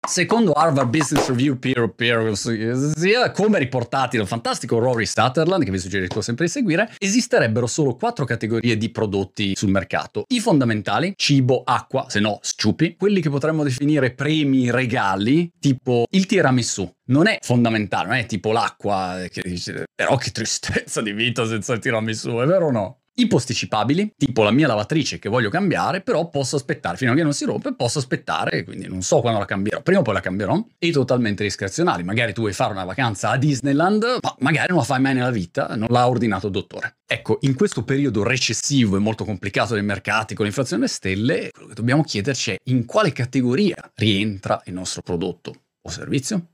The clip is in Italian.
Secondo Harvard Business Review peer, sia come riportati dal fantastico Rory Sutherland, che vi suggerisco sempre di seguire, esisterebbero solo 4 categorie di prodotti sul mercato. I fondamentali, cibo, acqua, se no sciupi, quelli che potremmo definire premi, regali, tipo il tiramisù. Non è fondamentale, non è tipo l'acqua, che dice, però che tristezza di vita senza il tiramisù, è vero o no? I posticipabili, tipo la mia lavatrice che voglio cambiare, però posso aspettare fino a che non si rompe, posso aspettare, quindi non so quando la cambierò, prima o poi la cambierò. E i totalmente discrezionali, magari tu vuoi fare una vacanza a Disneyland, ma magari non la fai mai nella vita, non l'ha ordinato il dottore. Ecco, in questo periodo recessivo e molto complicato dei mercati con l'inflazione alle stelle, quello che dobbiamo chiederci è in quale categoria rientra il nostro prodotto o servizio?